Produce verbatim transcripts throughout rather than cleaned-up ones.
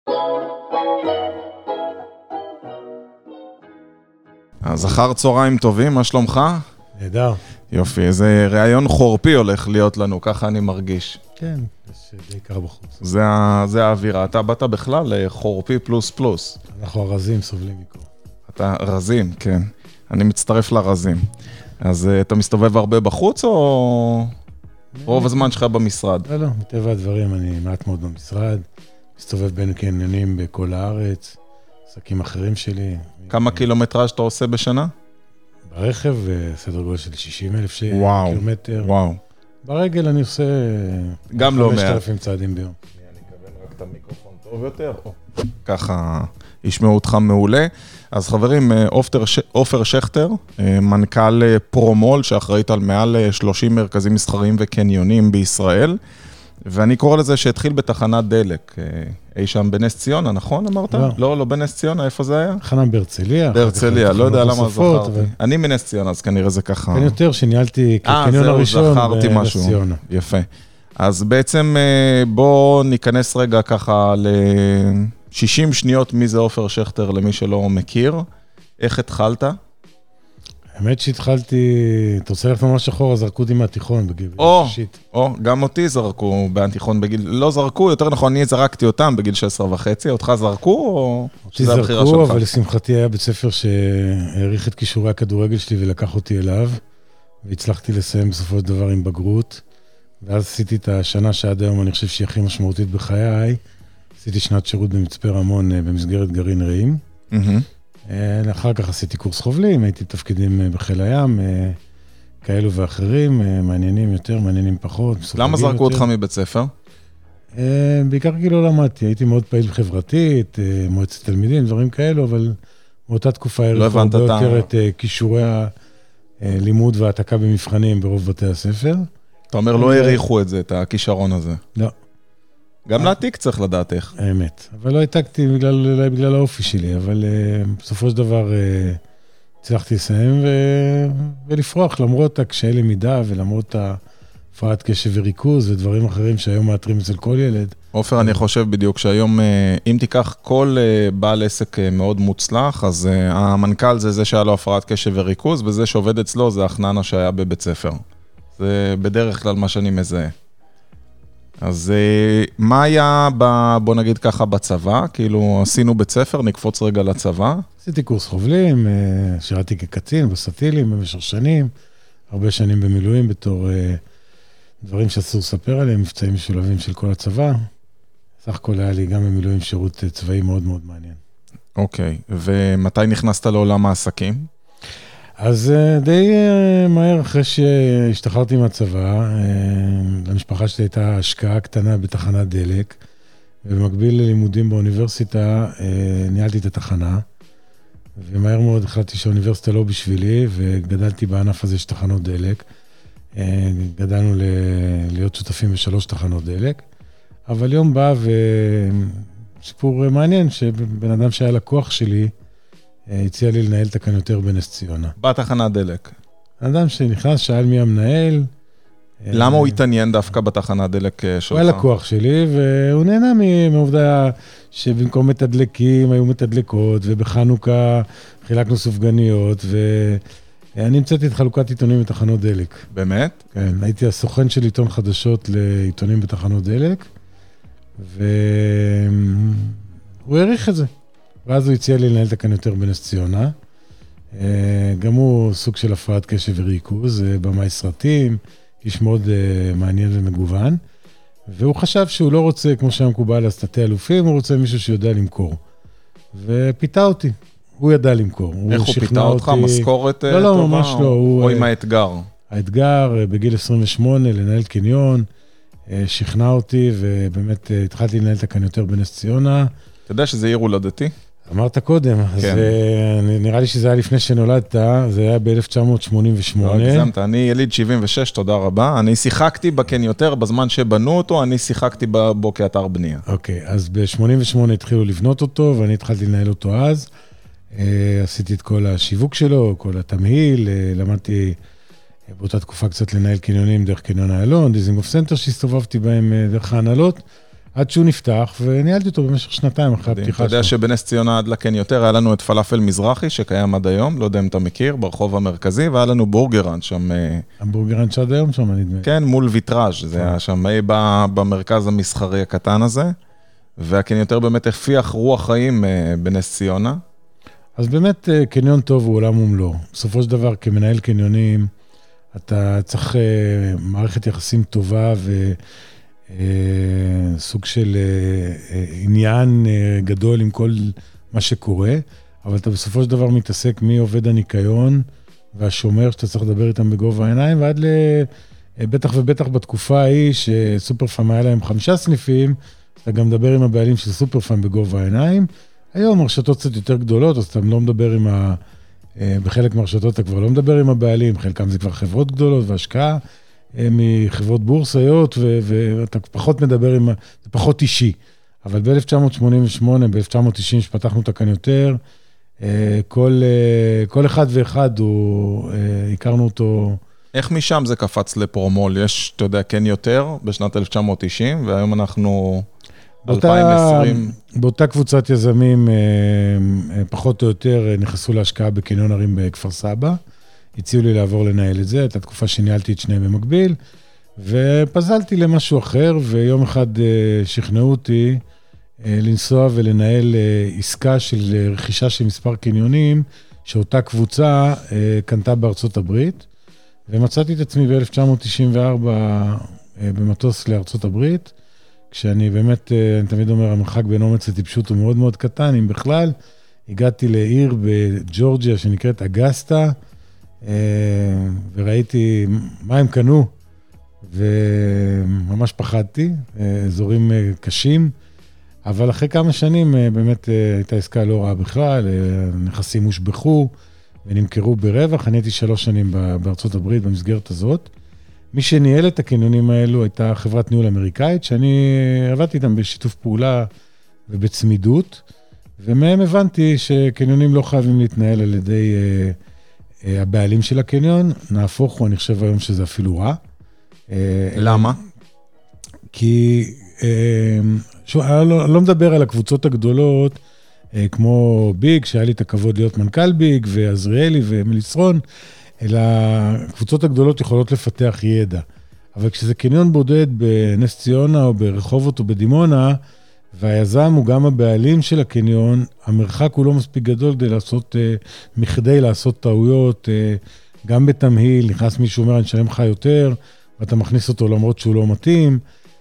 אז אחר צהריים טובים, מה שלומך? נהדר. יופי, איזה רעיון חורפי הולך להיות לנו, ככה אני מרגיש. כן, יש די קר בחוץ. זה, זה האווירה, אתה באת בכלל חורפי פלוס פלוס. אנחנו הרזים סובלים מקור. אתה רזים, כן. אני מצטרף לרזים. אז אתה מסתובב הרבה בחוץ או רוב הזמן שלך במשרד? לא, לא, מטבע הדברים אני מעט מאוד במשרד, מסתובב בין קניונים בכל הארץ, עסקים אחרים שלי. כמה קילומטראז' אתה עושה בשנה? ברכב סדר גודל של שישים אלף וואו, קילומטר. וואו. ברגל אני עושה גם לא חמשת אלפים צעדים ביום. אני אקבל רק את המיקרופון טוב יותר. ככה ישמעו אותך מעולה. אז חברים, עופר שכטר, מנכ"ל פרומול, שאחראית על מעל שלושים מרכזים מסחריים וקניונים בישראל, ואני קורא לזה שהתחיל בתחנת דלק, אי שם בנס ציונה, נכון אמרת? לא. לא, לא בנס ציונה, איפה זה היה? תחנה בהרצליה. בהרצליה, לא יודע למה זכרתי. אבל... אני מנס ציונה, אז כנראה זה ככה. כן יותר, שניהלתי כקניון הראשון בנס ציונה. יפה. אז בעצם בוא ניכנס רגע ככה ל-שישים שניות מי זה עופר שכטר למי שלא מכיר. איך התחלת? האמת שהתחלתי, אתה רוצה ללכת ממש אחורה, זרקו אותי מהתיכון בגיל שישית. או, גם אותי זרקו בתיכון בגיל, לא זרקו, יותר נכון, אני זרקתי אותם בגיל שש עשרה וחצי, אותך זרקו או שזה הבחירה שלך? אותי זרקו, אבל לשמחתי היה בית ספר שהעריך את כישורי הכדורגל שלי ולקח אותי אליו, והצלחתי לסיים בסופו של דבר עם בגרות, ואז עשיתי את השנה שעד היום אני חושב שהיא הכי משמעותית בחיי, עשיתי שנת שירות במצפה רמון במסגרת גרעין רעים. אחר כך עשיתי קורס חובלים, הייתי תפקידים בחיל הים, כאלו ואחרים, מעניינים יותר, מעניינים פחות. למה זרקו אותך מבית ספר? בעיקר כי לא למדתי, הייתי מאוד פעיל חברתית, מועצת תלמידים, דברים כאלו, אבל באותה תקופה העריכו הרבה יותר את כישורי הלימוד והעתקה במבחנים ברוב בתי הספר. אתה אומר, לא העריכו את זה, את הכישרון הזה. לא. גם להעתיק צריך לדעת איך. האמת. אבל לא העתקתי בגלל, בגלל האופי שלי, אבל uh, בסופו של דבר uh, הצלחתי לסיים ו... ולפרוח, למרות הקשיי למידה ולמרות הפרעת קשב וריכוז ודברים אחרים שהיום מאתרים אצל כל ילד. עופר, אני חושב בדיוק שהיום, אם תיקח כל בעל עסק מאוד מוצלח, אז המנכ"ל זה זה שהיה לו הפרעת קשב וריכוז, וזה שעובד אצלו זה החננה שהיה בבית ספר. זה בדרך כלל מה שאני מזהה. אז מה היה, ב, בוא נגיד ככה, בצבא? כאילו עשינו בית ספר, נקפוץ רגע לצבא. עשיתי קורס חובלים, שירתי כקצין בסטילים במשך שנים, הרבה שנים במילואים בתור דברים שאסור לספר עליהם, מבצעים משולבים של כל הצבא. סך הכל היה לי גם במילואים שירות צבאי מאוד מאוד מעניין. אוקיי, ומתי נכנסת לעולם העסקים? אז די מהר אחרי שהשתחררתי מהצבא, למשפחה שלי הייתה השקעה קטנה בתחנת דלק, ובמקביל ללימודים באוניברסיטה ניהלתי את התחנה, ומהר מאוד החלטתי שהאוניברסיטה לא בשבילי, וגדלתי בענף הזה של תחנות דלק. גדלנו להיות שותפים בשלוש תחנות דלק, אבל יום בא וסיפור מעניין שבן אדם שהיה לקוח שלי, הציע לי לנהל את הקניותר בנס ציונה. בתחנת דלק. אדם שנכנס, שאל מי המנהל. למה הוא התעניין דווקא בתחנת דלק שלך? הוא היה לקוח שלי, והוא נהנה מעובדה שבמקום מתדלקים היו מתדלקות, ובחנוכה חילקנו סופגניות, ואני המצאתי את חלוקת עיתונים בתחנות דלק. באמת? כן, הייתי הסוכן של עיתון חדשות לעיתונים בתחנות דלק, והוא העריך את זה. ואז הוא הציע לי לנהל את הקניותר בנס ציונה. גם הוא סוג של הפרעת קשב וריכוז, במאי סרטים, איש מאוד מעניין ומגוון. והוא חשב שהוא לא רוצה, כמו שהיה מקובל, אז תתי אלופים, הוא רוצה מישהו שיודע למכור. ופיתה אותי. הוא ידע למכור. איך הוא פיתה אותך? משכורת טובה? לא, לא, ממש לא. או עם האתגר? האתגר, בגיל עשרים ושמונה, לנהל קניון, שכנע אותי, ובאמת התחלתי לנהל את הקניותר בנס ציונה. אתה יודע שזה עיר הולדתי? אמרת קודם, אז נראה לי שזה היה לפני שנולדת, זה היה ב-אלף תשע מאות שמונים ושמונה. לא, הגזמת, אני יליד שבעים ושש, תודה רבה. אני שיחקתי בקניותר בזמן שבנו אותו, אני שיחקתי בו כאתר בנייה. אוקיי, אז ב-שמונים ושמונה התחילו לבנות אותו, ואני התחלתי לנהל אותו אז. עשיתי את כל השיווק שלו, כל התמהיל, למדתי באותה תקופה קצת לנהל קניונים דרך קניון איילון, דיזינגוף סנטר שהסתובבתי בהם דרך ההנהלות, עד שהוא נפתח, וניהלתי אותו במשך שנתיים אחרי הפתיחה שלו. אתה יודע שבנס ציונה עד לכן יותר, היה לנו את פלאפל מזרחי, שקיים עד היום, לא יודע אם אתה מכיר, ברחוב המרכזי, והיה לנו בורגראנד שם. הבורגראנד שעד היום שם, אני נדמה. כן, מול ויטראז', זה היה שם במרכז המסחרי הקטן הזה, והכן יותר באמת הפיח רוח חיים בנס ציונה. אז באמת קניון טוב הוא עולם ומלואו. בסופו של דבר, כמנהל קניונים, אתה צריך מערכת יחסים טובה וסוג של עניין גדול עם כל מה שקורה, אבל אתה בסופו של דבר מתעסק מי עובד הניקיון והשומר שאתה צריך לדבר איתם בגובה העיניים, ועד לבטח ובטח בתקופה ההיא שסופרפארם היה להם חמישה סניפים, אתה גם מדבר עם הבעלים של סופרפארם בגובה העיניים. היום הרשתות קצת יותר גדולות, אז אתה לא מדבר עם ה... בחלק מהרשתות אתה כבר לא מדבר עם הבעלים, חלקם זה כבר חברות גדולות והשקעה מחברות בורסאיות, ואתה פחות מדבר עם... זה פחות אישי. אבל ב-אלף תשע מאות שמונים ושמונה, ב-אלף תשע מאות תשעים, שפתחנו אותה כאן יותר, כל, כל אחד ואחד, הוא, הכרנו אותו... איך משם זה קפץ לפרומול? יש, אתה יודע, כן יותר, בשנת אלף תשע מאות תשעים, והיום אנחנו... באותה, באותה קבוצת יזמים, פחות או יותר, נכנסו להשקעה בקניון ערים בכפר סבא. הציעו לי לעבור לנהל את זה, הייתה תקופה שניהלתי את שניהם במקביל, ופזלתי למשהו אחר, ויום אחד שכנעו אותי לנסוע ולנהל עסקה של רכישה של מספר קניונים, שאותה קבוצה קנתה בארצות הברית, ומצאתי את עצמי ב-אלף תשע מאות תשעים וארבע במטוס לארצות הברית, כשאני באמת, אני תמיד אומר, המרחק בין אומץ לטיפשות הוא מאוד מאוד קטן, אם בכלל, הגעתי לעיר בג'ורג'יה שנקראת אגסטה, וראיתי מה הם קנו, וממש פחדתי, אזורים קשים, אבל אחרי כמה שנים באמת הייתה עסקה לא רעה בכלל, נכסים הושבחו ונמכרו ברווח, אני הייתי שלוש שנים בארצות הברית במסגרת הזאת, מי שניהל את הקניונים האלו הייתה חברת ניהול אמריקאית, שאני עבדתי איתם בשיתוף פעולה ובצמידות, ומהם הבנתי שקניונים לא חייבים להתנהל על ידי uh, uh, הבעלים של הקניון, נהפוך הוא, אני חושב היום שזה אפילו רע. למה? כי, uh, שוב, אני לא, לא מדבר על הקבוצות הגדולות, uh, כמו ביג, שהיה לי את הכבוד להיות מנכ"ל ביג, ועזריאלי ומליסרון, אלא הקבוצות הגדולות יכולות לפתח ידע. אבל כשזה קניון בודד בנס ציונה או ברחובות או בדימונה, והיזם הוא גם הבעלים של הקניון, המרחק הוא לא מספיק גדול כדי לעשות, מכדי לעשות טעויות, גם בתמהיל, נכנס מישהו אומר, אני אשלם לך יותר, ואתה מכניס אותו למרות שהוא לא מתאים,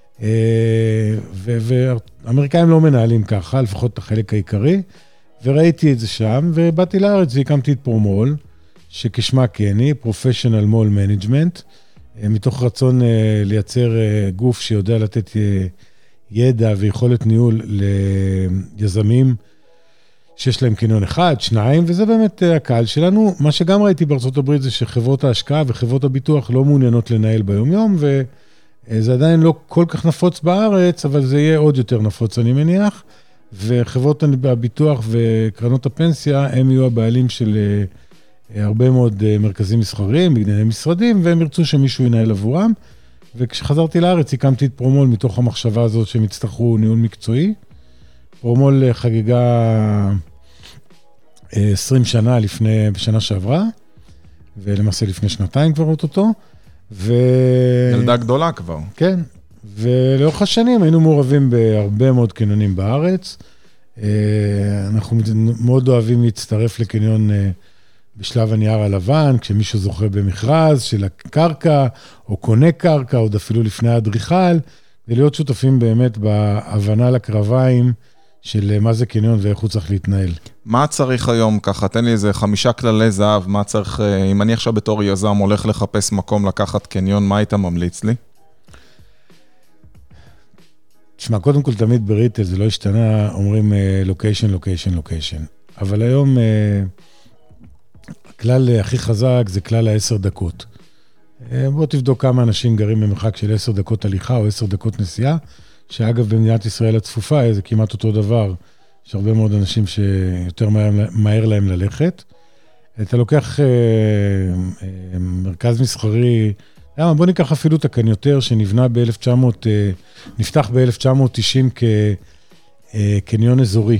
והאמריקאים לא מנהלים ככה, לפחות את החלק העיקרי, וראיתי את זה שם, ובאתי לארץ והקמתי את פרומול, שכשמה קני, Professional Mall Management, מתוך רצון לייצר גוף שיודע לתת ידע ויכולת ניהול ליזמים שיש להם קניון אחד, שניים, וזה באמת הקהל שלנו. מה שגם ראיתי בארצות הברית זה שחברות ההשקעה וחברות הביטוח לא מעוניינות לנהל ביום יום, וזה עדיין לא כל כך נפוץ בארץ, אבל זה יהיה עוד יותר נפוץ, אני מניח, וחברות הביטוח וקרנות הפנסיה, הם יהיו הבעלים של הרבה מאוד מרכזים מסחריים, בגני משרדים, והם ירצו שמישהו ינהל עבורם. וכשחזרתי לארץ, הקמתי את פרומול מתוך המחשבה הזאת שהם יצטרכו ניהול מקצועי. פרומול חגגה עשרים שנה לפני, בשנה שעברה, ולמעשה לפני שנתיים כבר אותו. ו... ילדה גדולה כבר. כן, ולאורך השנים היינו מעורבים בהרבה מאוד קניונים בארץ. אנחנו מאוד אוהבים להצטרף לקניון בשלב הנייר הלבן, כשמישהו זוכה במכרז של הקרקע, או קונה קרקע, עוד אפילו לפני האדריכל, ולהיות שותפים באמת בהבנה לקרביים של מה זה קניון ואיך הוא צריך להתנהל. מה צריך היום ככה? תן לי איזה חמישה כללי זהב, מה צריך, אם אני עכשיו בתור יזם הולך לחפש מקום לקחת קניון, מה היית ממליץ לי? תשמע, קודם כל תמיד בריטל, זה לא השתנה, אומרים לוקיישן, לוקיישן, לוקיישן. אבל היום הכלל הכי חזק זה כלל העשר דקות. בוא תבדוק כמה אנשים גרים במרחק של עשר דקות הליכה או עשר דקות נסיעה, שאגב במדינת ישראל הצפופה זה כמעט אותו דבר, יש הרבה מאוד אנשים שיותר מהר, מהר להם ללכת. אתה לוקח אה, אה, מרכז מסחרי, למה, בוא ניקח אפילו את הקניותר שנבנה ב-אלף תשע מאות, נפתח ב-אלף תשע מאות תשעים כקניון אזורי.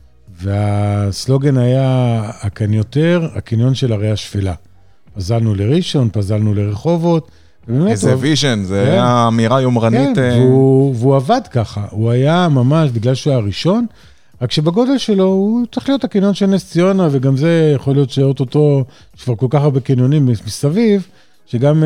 והסלוגן היה הקניותר, הקניון של הרי השפלה. פזלנו לראשון, פזלנו לרחובות. איזה ויז'ן, זה היה אמירה יומרנית. כן, והוא עבד ככה. הוא היה ממש, בגלל שהוא היה הראשון, רק שבגודל שלו הוא צריך להיות הקניון של נס ציונה, וגם זה יכול להיות שאוטוטו, שכבר כל כך הרבה קניונים מסביב, שגם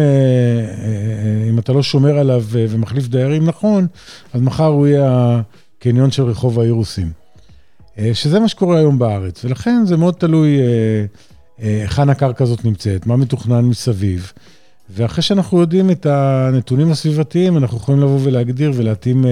אם אתה לא שומר עליו ומחליף דיירים נכון, אז מחר הוא יהיה הקניון של רחוב האירוסים. שזה מה שקורה היום בארץ, ולכן זה מאוד תלוי היכן הקרקע הזאת נמצאת, מה מתוכנן מסביב, ואחרי שאנחנו יודעים את הנתונים הסביבתיים, אנחנו יכולים לבוא ולהגדיר ולהתאים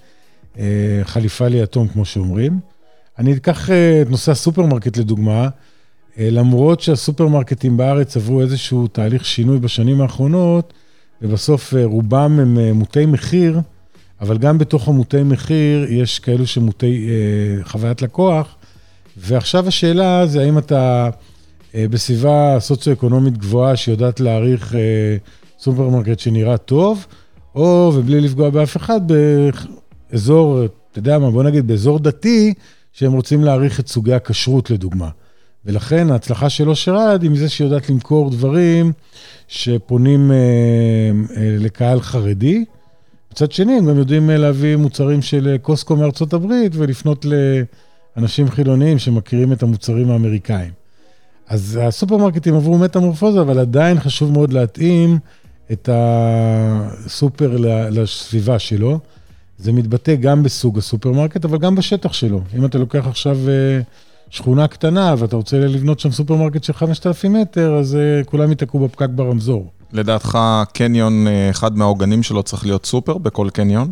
חליפה ליתום, כמו שאומרים. אני אקח את נושא הסופרמרקט לדוגמה, למרות שהסופרמרקטים בארץ עברו איזשהו תהליך שינוי בשנים האחרונות, ובסוף רובם הם מוטי מחיר, אבל גם בתוך המוטי מחיר יש כאלו שמוטי אה, חוויית לקוח, ועכשיו השאלה זה האם אתה אה, בסביבה סוציו-אקונומית גבוהה שיודעת להעריך אה, סופרמרקט שנראה טוב, או ובלי לפגוע באף אחד באזור, אתה יודע מה, בוא נגיד באזור דתי, שהם רוצים להעריך את סוגי הכשרות לדוגמה. ולכן ההצלחה שלו שרד היא מזה שיודעת למכור דברים שפונים אה, אה, לקהל חרדי, מצד שני, הם גם יודעים להביא מוצרים של קוסקו מארצות הברית, ולפנות לאנשים חילוניים שמכירים את המוצרים האמריקאים. אז הסופרמרקטים עברו מטמורפוזה, אבל עדיין חשוב מאוד להתאים את הסופר לסביבה שלו. זה מתבטא גם בסוג הסופרמרקט, אבל גם בשטח שלו. אם אתה לוקח עכשיו שכונה קטנה, ואתה רוצה לבנות שם סופרמרקט של חמשת אלפים מטר, אז כולם יתעקו בפקק ברמזור. לדעתך, קניון, אחד מהעוגנים שלו צריך להיות סופר בכל קניון?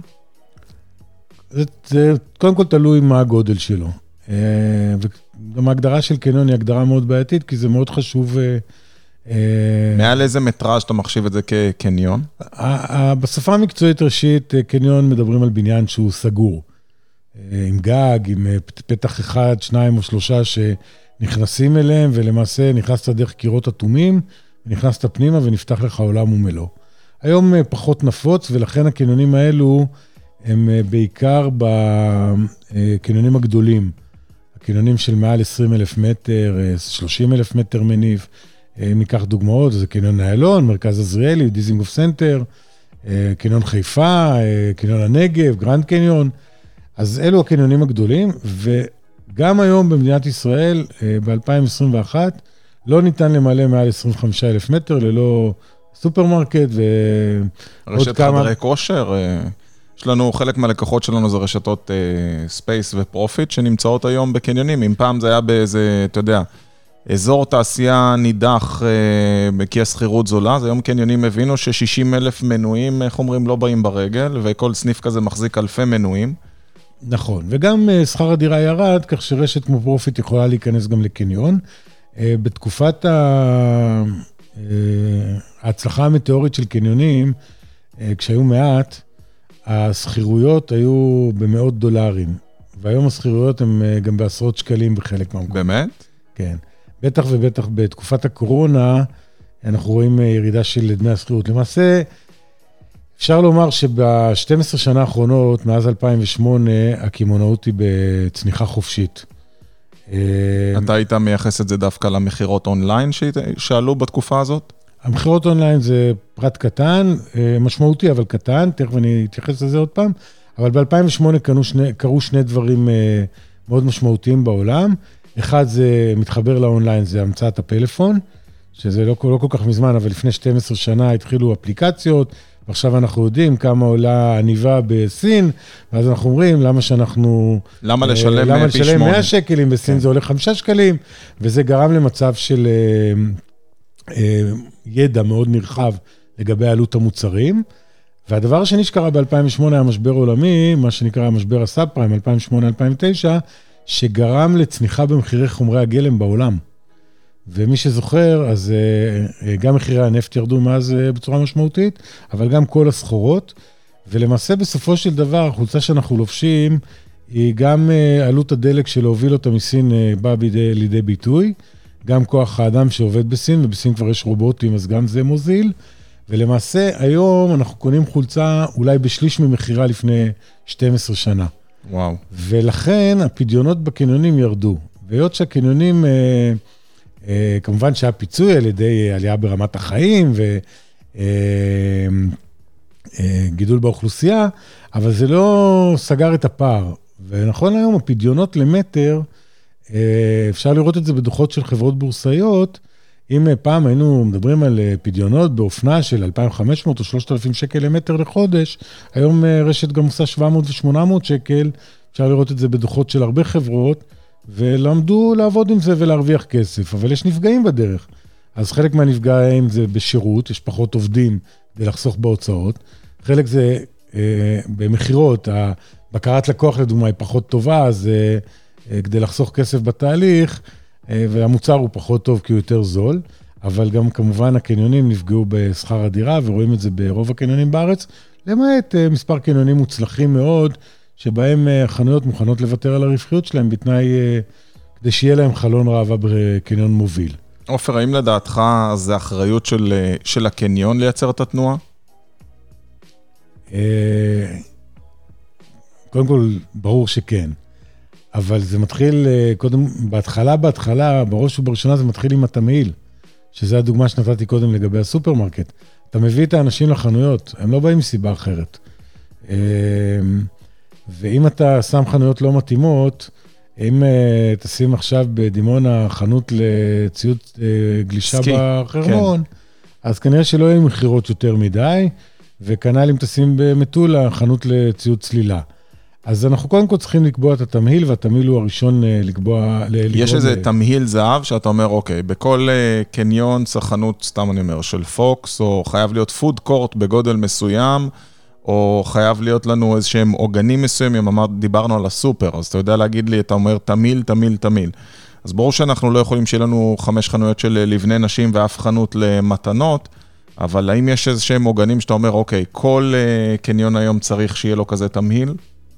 זה, זה קודם כל תלוי מה הגודל שלו. וגם ההגדרה של קניון היא הגדרה מאוד בעייתית, כי זה מאוד חשוב. מעל איזה מטראז' אתה מחשיב את זה כקניון? בשפה המקצועית ראשית, קניון מדברים על בניין שהוא סגור. עם גג, עם פתח אחד, שניים או שלושה שנכנסים אליהם, ולמעשה נכנסת דרך קירות אטומים, נכנסת פנימה ונפתח לך עולם ומלוא. היום פחות נפוץ, ולכן הקניונים האלו הם בעיקר בקניונים הגדולים. הקניונים של מעל עשרים אלף מטר, שלושים אלף מטר מניב. ניקח דוגמאות, זה קניון איילון, מרכז עזריאלי, דיזינגוף סנטר, קניון חיפה, קניון הנגב, גרנד קניון. אז אלו הקניונים הגדולים, וגם היום במדינת ישראל, ב-אלפיים עשרים ואחת, לא ניתן למלא מעל עשרים וחמישה אלף מטר, ללא סופרמרקט ועוד רשת כמה. חדרי כושר, יש לנו, חלק מהלקוחות שלנו זה רשתות ספייס ופרופיט, שנמצאות היום בקניונים. אם פעם זה היה באיזה, אתה יודע, אזור תעשייה נידח, כי הסחירות זולה, אז היום קניונים הבינו ש-שישים אלף מנויים, איך אומרים, לא באים ברגל, וכל סניף כזה מחזיק אלפי מנויים. נכון, וגם שכר הדירה ירד, כך שרשת כמו פרופיט יכולה להיכנס גם לקניון. בתקופת ההצלחה המטאורית של קניונים, כשהיו מעט, הסחירויות היו במאות דולרים, והיום הסחירויות הן גם בעשרות שקלים בחלק מהמקום. באמת? כן. בטח ובטח בתקופת הקורונה, אנחנו רואים ירידה של דמי הסחירות. למעשה, אפשר לומר שב-שתים עשרה שנה האחרונות, מאז אלפיים ושמונה, הקמעונאות היא בצניחה חופשית. אתה היית מייחס את זה דווקא למחירות אונליין שעלו בתקופה הזאת? המחירות אונליין זה פרט קטן, משמעותי אבל קטן, תכף אני אתייחס לזה עוד פעם, אבל ב-אלפיים ושמונה קרו שני, קרו שני דברים מאוד משמעותיים בעולם. אחד זה מתחבר לאונליין, זה המצאת הפלאפון, שזה לא, לא כל כך מזמן, אבל לפני שתים עשרה שנה התחילו אפליקציות, ועכשיו אנחנו יודעים כמה עולה עניבה בסין, ואז אנחנו אומרים, למה שאנחנו... למה לשלם למה לשלם מאה שקלים, בסין זה עולה חמישה שקלים, וזה גרם למצב של ידע מאוד נרחב לגבי עלות המוצרים. והדבר השני שקרה ב-אלפיים ושמונה היה משבר עולמי, מה שנקרא משבר הסאב פריים, אלפיים ושמונה אלפיים ותשע, שגרם לצניחה במחירי חומרי הגלם בעולם. ומי שזוכר, אז גם מחירי הנפט ירדו מאז בצורה משמעותית, אבל גם כל הסחורות, ולמעשה בסופו של דבר, החולצה שאנחנו לובשים, היא גם עלות הדלק שלהוביל אותה מסין באה בידי, לידי ביטוי, גם כוח האדם שעובד בסין, ובסין כבר יש רובוטים, אז גם זה מוזיל, ולמעשה היום אנחנו קונים חולצה אולי בשליש ממחירה לפני שתים עשרה שנה. וואו. ולכן הפדיונות בקניונים ירדו. והיות שהקניונים, אה, אה, כמובן שהיה פיצוי על ידי עלייה ברמת החיים וגידול אה, באוכלוסייה, אבל זה לא סגר את הפער. ונכון היום הפדיונות למטר, אה, אפשר לראות את זה בדוחות של חברות בורסאיות, אם פעם היינו מדברים על פדיונות באופנה של אלפיים וחמש מאות או שלושת אלפים שקל למטר לחודש, היום רשת גם עושה שבע מאות ושמונה מאות שקל, אפשר לראות את זה בדוחות של הרבה חברות, ולמדו לעבוד עם זה ולהרוויח כסף, אבל יש נפגעים בדרך. אז חלק מהנפגעים זה בשירות, יש פחות עובדים כדי לחסוך בהוצאות, חלק זה אה, במחירות, בקרת לקוח לדוגמה היא פחות טובה, אז אה, כדי לחסוך כסף בתהליך, והמוצר הוא פחות טוב כי הוא יותר זול, אבל גם כמובן הקניונים נפגעו בשכר הדירה, ורואים את זה ברוב הקניונים בארץ, למעט מספר קניונים מוצלחים מאוד, שבהם החנויות מוכנות לוותר על הרווחיות שלהם, בתנאי כדי שיהיה להם חלון ראווה בקניון מוביל. עופר, האם לדעתך זה אחריות של, של הקניון לייצר את התנועה? קודם כל, ברור שכן. אבל זה מתחיל, קודם, בהתחלה, בהתחלה, בראש ובראשונה זה מתחיל עם התמהיל, שזה הדוגמה שנתתי קודם לגבי הסופרמרקט. אתה מביא את האנשים לחנויות, הם לא באים מסיבה אחרת. ואם אתה שם חנויות לא מתאימות, אם תשים עכשיו בדימונה חנות לציוד גלישה סקי. בחרמון, כן. אז כנראה שלא יהיו מחירות יותר מדי, וכנ"ל אם תשים במטולה חנות לציוד צלילה. אז אנחנו קודם כל צריכים לקבוע את התמהיל, והתמהיל הוא הראשון לקבוע... יש איזה תמהיל זהב שאתה אומר, אוקיי, בכל קניון צרכנות, סתם אני אומר, של פוקס, או חייב להיות פוד קורט בגודל מסוים, או חייב להיות לנו איזשהם עוגנים מסוימים, אמרת, דיברנו על הסופר, אז אתה יודע להגיד לי, אתה אומר, תמהיל, תמהיל, תמהיל. אז ברור שאנחנו לא יכולים שיהיה לנו חמש חנויות של לבני נשים ואף חנות למתנות, אבל האם יש איזשהם עוגנים שאתה אומר, אוקיי, כל קניון היום צריך שיהיה לו כזה תמהיל?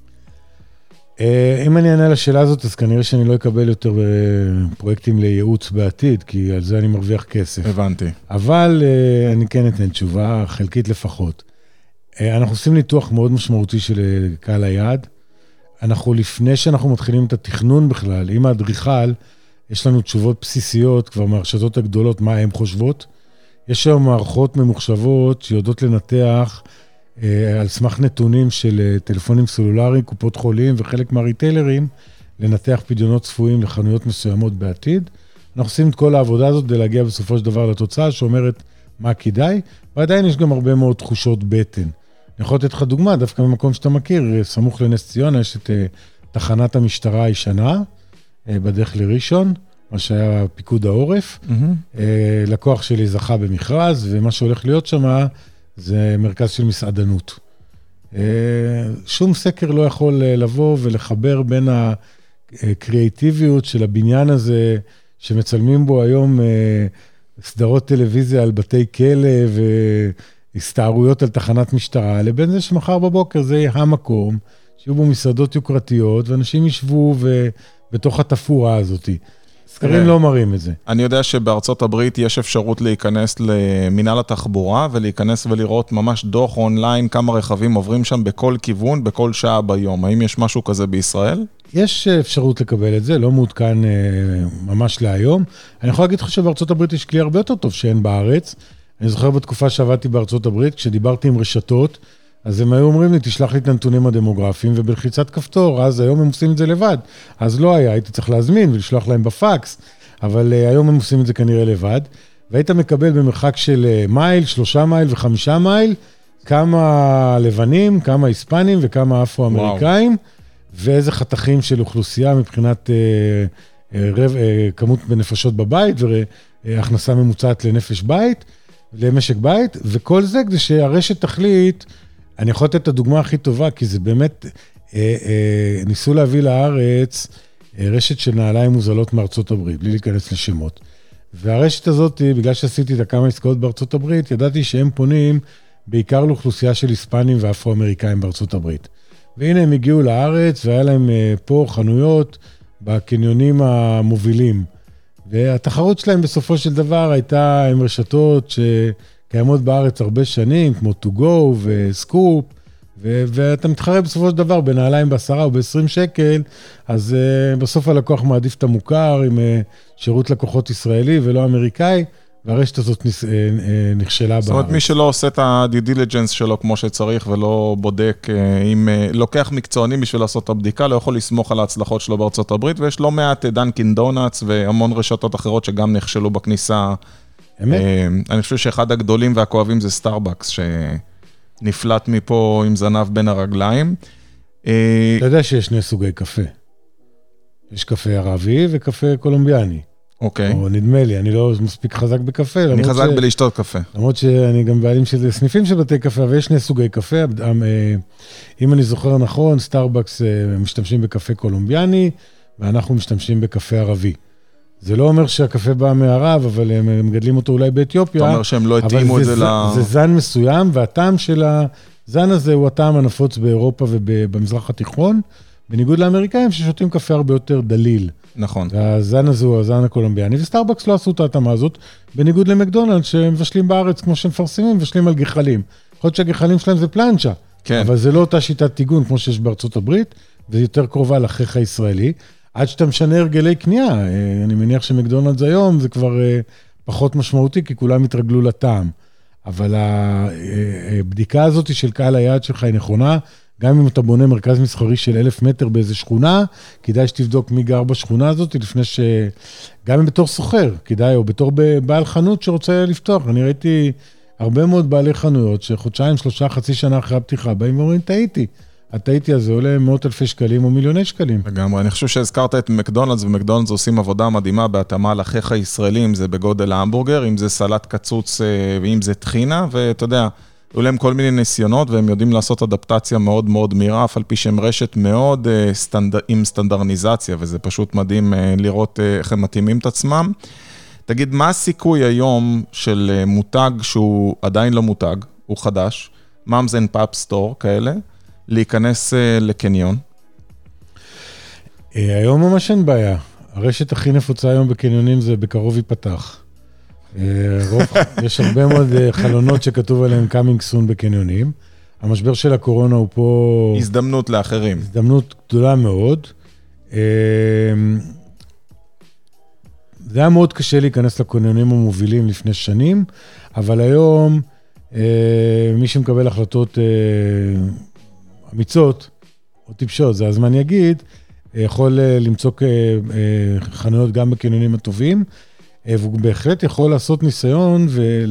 אם אני אענה לשאלה הזאת, אז כנראה שאני לא אקבל יותר פרויקטים לייעוץ בעתיד, כי על זה אני מרוויח כסף. הבנתי. אבל אני כן אתן תשובה, חלקית לפחות. אנחנו עושים ניתוח מאוד משמעותי של קהל היעד. אנחנו, לפני שאנחנו מתחילים את התכנון בכלל, עם האדריכל, יש לנו תשובות בסיסיות, כבר מהרשתות הגדולות, מה הן חושבות. יש היום מערכות ממוחשבות שיודעות לנתח על סמך נתונים של טלפונים סלולריים, קופות חולים וחלק מהריטיילרים, לנתח פדיונות צפויים לחנויות מסוימות בעתיד. אנחנו עושים את כל העבודה הזאת כדי להגיע בסופו של דבר לתוצאה שאומרת מה כדאי, ועדיין יש גם הרבה מאוד תחושות בטן. אני יכול לתת לך דוגמה, דווקא במקום שאתה מכיר, סמוך לנס ציונה, יש את תחנת המשטרה הישנה, בדרך לראשון, מה שהיה פיקוד העורף. Mm-hmm. לקוח שלי זכה במכרז, ומה שהולך להיות שם זה מרכז של מסעדנות. שום סקר לא יכול לבוא ולחבר בין הקריאטיביות של הבניין הזה, שמצלמים בו היום סדרות טלוויזיה על בתי כלא והסתערויות על תחנת משטרה, לבין זה שמחר בבוקר זה יהיה המקום, שיהיו בו מסעדות יוקרתיות, ואנשים ישבו בתוך התפורה הזאת. סקרים לא מראים את זה. אני יודע שבארצות הברית יש אפשרות להיכנס למינהל התחבורה, ולהיכנס ולראות ממש דוח אונליין, כמה רכבים עוברים שם בכל כיוון, בכל שעה ביום. האם יש משהו כזה בישראל? יש אפשרות לקבל את זה, לא מעודכן ממש להיום. אני יכול להגיד לך שבארצות הברית יש כלי הרבה יותר טוב שאין בארץ. אני זוכר בתקופה שעבדתי בארצות הברית, כשדיברתי עם רשתות, אז הם היו אומרים לי, תשלח לי את הנתונים הדמוגרפיים, ובלחיצת כפתור, אז היום הם עושים את זה לבד. אז לא היה, הייתי צריך להזמין ולשלוח להם בפקס, אבל uh, היום הם עושים את זה כנראה לבד, והיית מקבל במרחק של uh, מייל, שלושה מייל וחמישה מייל, כמה לבנים, כמה היספנים וכמה אפרו-אמריקאים, ואיזה חתכים של אוכלוסייה מבחינת uh, uh, רב, uh, כמות בנפשות בבית, והכנסה ממוצעת לנפש בית, למשק בית, וכל זה כדי שהרשת תחליט, אני יכול לתת את הדוגמה הכי טובה, כי זה באמת, אה, אה, ניסו להביא לארץ אה, רשת של נעליים מוזלות מארצות הברית, בלי להיכנס לשמות. והרשת הזאת, בגלל שעשיתי את כמה עסקאות בארצות הברית, ידעתי שהם פונים בעיקר לאוכלוסייה של היספנים ואפרו-אמריקאים בארצות הברית. והנה הם הגיעו לארץ, והיה להם אה, פה חנויות בקניונים המובילים. והתחרות שלהם בסופו של דבר הייתה עם רשתות ש... קיימות בארץ הרבה שנים, כמו To Go וסקופ, ו- ואתה מתחרה בסופו של דבר בנעליים בעשרה או בעשרים שקל, אז uh, בסוף הלקוח מעדיף את המוכר עם uh, שירות לקוחות ישראלי ולא אמריקאי, והרשת הזאת נס- uh, uh, נכשלה בארץ. זאת אומרת, מי שלא עושה את ה-due diligence שלו כמו שצריך ולא בודק, uh, אם uh, לוקח מקצוענים בשביל לעשות את הבדיקה, לא יכול לסמוך על ההצלחות שלו בארצות הברית, ויש לא מעט דנקין דונאטס והמון רשתות אחרות שגם נכשלו בכניסה. אמת? Uh, אני חושב שאחד הגדולים והכואבים זה סטארבקס, ש... נפלט מפה עם זנב בין הרגליים. אתה יודע שיש שני סוגי קפה. יש קפה ערבי וקפה קולומביאני. אוקיי. או נדמה לי, אני לא מספיק חזק בקפה. אני חזק בלשתות קפה. למרות שאני גם בעלים של סניפים של בתי קפה, אבל יש שני סוגי קפה. אם אני זוכר נכון, סטארבקס משתמשים בקפה קולומביאני, ואנחנו משתמשים בקפה ערבי. זה לא אומר שהקפה בא מערב, אבל הם מגדלים אותו אולי באתיופיה. אתה אומר שהם לא התאימו את זה ל... זה זן מסוים, והטעם של הזן הזה הוא הטעם הנפוץ באירופה ובמזרח התיכון, בניגוד לאמריקאים ששותים קפה הרבה יותר דליל. נכון. והזן הזה הוא הזן הקולומביאני, וסטארבקס לא עשו את ההתאמה הזאת, בניגוד למקדונלד שמבשלים בארץ, כמו שמפרסמים, מבשלים על גחלים. יכול להיות שהגחלים שלהם זה פלנצ'ה, כן. אבל זה לא אותה שיטת טיגון כמו שיש בארצות הברית, וזה יותר קרובה לחיך הישראלי. עד שאתה משנה הרגלי קנייה, אני מניח שמקדונלדס היום זה כבר פחות משמעותי, כי כולם התרגלו לטעם. אבל הבדיקה הזאת של קהל היעד שלך היא נכונה, גם אם אתה בונה מרכז מסחרי של אלף מטר באיזה שכונה, כדאי שתבדוק מי גר בשכונה הזאת, לפני ש... גם אם בתור סוחר, כדאי, או בתור בעל חנות שרוצה לפתוח. אני ראיתי הרבה מאוד בעלי חנויות, שחודשיים, שלושה, חצי שנה אחרי הפתיחה, באים ואומרים, טעיתי. הטעיתי הזה עולה מאות אלפי שקלים או מיליוני שקלים. לגמרי, אני חושב שהזכרת את מקדונלדס, ומקדונלדס עושים עבודה מדהימה בהתאמה לחיך הישראלי, אם זה בגודל ההמבורגר, אם זה סלט קצוץ, ואם זה טחינה, ואתה יודע, היו להם כל מיני ניסיונות, והם יודעים לעשות אדפטציה מאוד מאוד מהירה, אף על פי שהם רשת מאוד סטנד... עם סטנדרניזציה, וזה פשוט מדהים לראות איך הם מתאימים את עצמם. תגיד, מה הסיכוי היום של מותג שהוא עדיין לא מותג, הוא חדש, מאמס אנד פאפ סטור כאלה, להיכנס לקניון? היום ממש אין בעיה. הרשת הכי נפוצה היום בקניונים זה בקרוב ייפתח. יש הרבה מאוד חלונות שכתוב עליהם coming soon בקניונים. המשבר של הקורונה הוא פה... הזדמנות לאחרים. הזדמנות גדולה מאוד. זה היה מאוד קשה להיכנס לקניונים המובילים לפני שנים, אבל היום מי שמקבל החלטות אמיצות או טיפשות, זה הזמן יגיד, יכול למצוא חנויות גם בקניונים הטובים, והוא בהחלט יכול לעשות ניסיון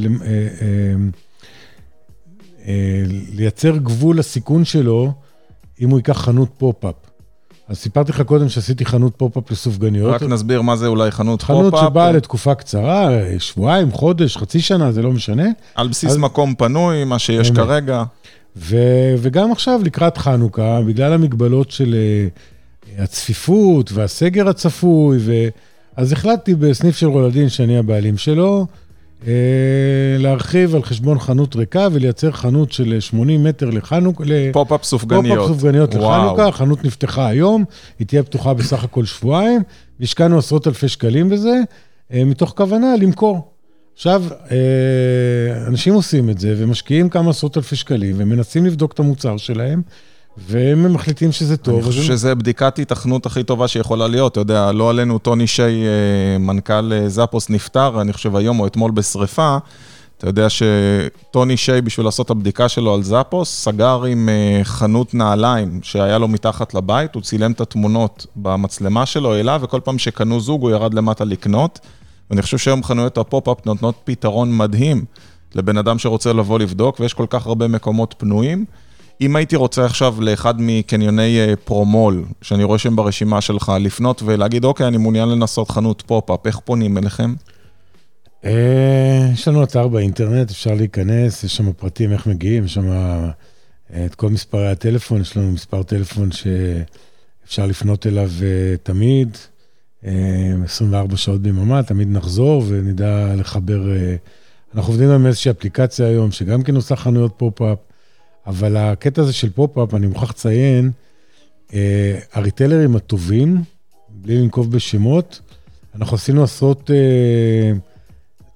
ולייצר גבול לסיכון שלו, אם הוא ייקח חנות פופ-אפ. אז סיפרתי לך קודם שעשיתי חנות פופ-אפ לסופגניות. רק נסביר מה זה אולי חנות פופ-אפ. חנות שבאה לתקופה קצרה, שבועיים, חודש, חצי שנה, זה לא משנה. על בסיס מקום פנוי, מה שיש כרגע. וגם עכשיו לקראת חנוכה, בגלל המגבלות של הצפיפות והסגר הצפוי, אז החלטתי בסניף של רולדין, שאני הבעלים שלו, להרחיב על חשבון חנות ריקה, ולייצר חנות של שמונים מטר לחנוכה. פופ-אפ סופגניות. פופ-אפ סופגניות לחנוכה, החנות נפתחה היום, היא תהיה פתוחה בסך הכל שבועיים, והשקענו עשרות אלפי שקלים בזה, מתוך כוונה למכור. עכשיו, אנשים עושים את זה, ומשקיעים כמה עשרות אלפי שקלים, ומנסים לבדוק את המוצר שלהם, והם מחליטים שזה טוב. אני חושב שזה בדיקת התכנות הכי טובה שיכולה להיות. אתה יודע, לא עלינו טוני שי, מנכ"ל זאפוס נפטר, אני חושב היום או אתמול בשריפה, אתה יודע שטוני שי בשביל לעשות את הבדיקה שלו על זאפוס, סגר עם חנות נעליים שהיה לו מתחת לבית, הוא צילם את התמונות במצלמה שלו אליו, וכל פעם שקנו זוג הוא ירד למטה לקנות, ואני חושב שהיום חנויות הפופ-אפ נותנות פתרון מדהים לבן אדם שרוצה לבוא לבדוק, ויש כל כך הרבה מקומות פנויים. אם הייתי רוצה עכשיו לאחד מקניוני פרומול, שאני רואה שהם ברשימה שלך, לפנות ולהגיד, אוקיי, אני מעוניין לנסות חנות פופ-אפ, איך פונים אליכם? יש לנו אתר באינטרנט, אפשר להיכנס, יש שם פרטים איך מגיעים, יש שם את כל מספרי הטלפון, יש לנו מספר טלפון שאפשר לפנות אליו תמיד, עשרים וארבע שעות ביממה, תמיד נחזור ונדע לחבר, אנחנו עובדים עם איזושהי אפליקציה היום, שגם כן עושה חנויות פופ-אפ, אבל הקטע הזה של פופ-אפ, אני מוכרח לציין, הריטלרים הטובים, בלי לנקוב בשמות, אנחנו עשינו עשרות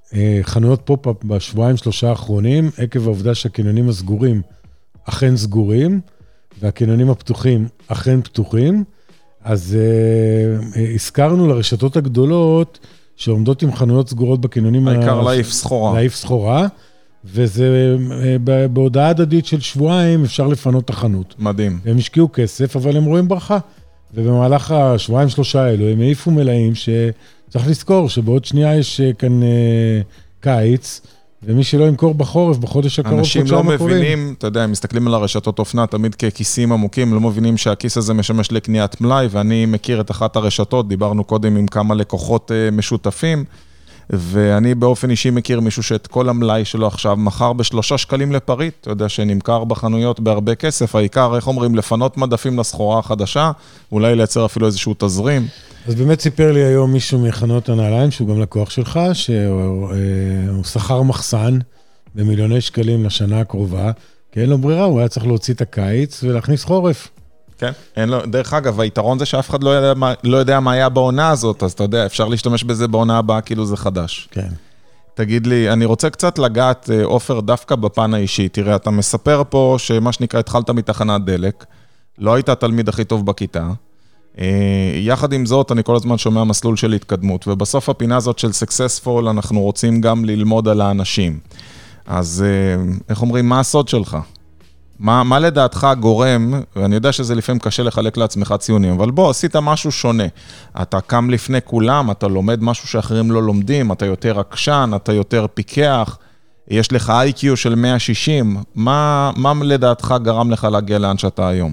חנויות פופ-אפ בשבועיים שלושה האחרונים, עקב העובדה שהקניונים הסגורים אכן סגורים, והקניונים הפתוחים אכן פתוחים, אז uh, הזכרנו לרשתות הגדולות שעומדות עם חנויות סגורות בקניונים. העיקר להעיף סחורה. להעיף סחורה, וזה uh, בהודעה הדדית של שבועיים אפשר לפנות את החנות. מדהים. הם השקיעו כסף, אבל הם רואים ברכה. ובמהלך השבועיים שלושה האלו, הם העיפו מלאים שצריך לזכור שבעוד שנייה יש כאן uh, קיץ, ומי שלא ימכור בחורף, בחודש הקרוב, אנשים לא מבינים, אתה יודע, הם מסתכלים על הרשתות אופנה, תמיד ככיסים עמוקים, לא מבינים שהכיס הזה משמש לקניית מלאי, ואני מכיר את אחת הרשתות, דיברנו קודם עם כמה לקוחות משותפים, ואני באופן אישי מכיר מישהו שאת כל המלאי שלו עכשיו מחר בשלושה שקלים לפריט, אתה יודע שנמכר בחנויות בהרבה כסף, העיקר, איך אומרים, לפנות מדפים לסחורה החדשה, אולי לייצר אפילו איזשהו תזרים. אז באמת סיפר לי היום מישהו מחנות הנעליים, שהוא גם לקוח שלך, שהוא שכר מחסן במיליוני שקלים לשנה הקרובה, כי אין לו ברירה, הוא היה צריך להוציא את הקיץ ולהכניס חורף. כן, אין לו, דרך אגב, היתרון זה שאף אחד לא יודע, מה, לא יודע מה היה בעונה הזאת, אז אתה יודע, אפשר להשתמש בזה בעונה הבאה, כאילו זה חדש. כן. תגיד לי, אני רוצה קצת לגעת, אופר, דווקא בפן האישי. תראה, אתה מספר פה שמה שנקרא, התחלת מתחנת דלק, לא היית התלמיד הכי טוב בכיתה, יחד עם זאת, אני כל הזמן שומע מסלול של התקדמות, ובסוף הפינה הזאת של successful, אנחנו רוצים גם ללמוד על האנשים. אז איך אומרים, מה הסוד שלך? מה, מה לדעתך גורם, ואני יודע שזה לפעמים קשה לחלק לעצמך ציונים, אבל בוא, עשית משהו שונה. אתה קם לפני כולם, אתה לומד משהו שאחרים לא לומדים, אתה יותר עקשן, אתה יותר פיקח, יש לך איי קיו של מאה ושישים, מה, מה לדעתך גרם לך להגיע לאן שאתה היום?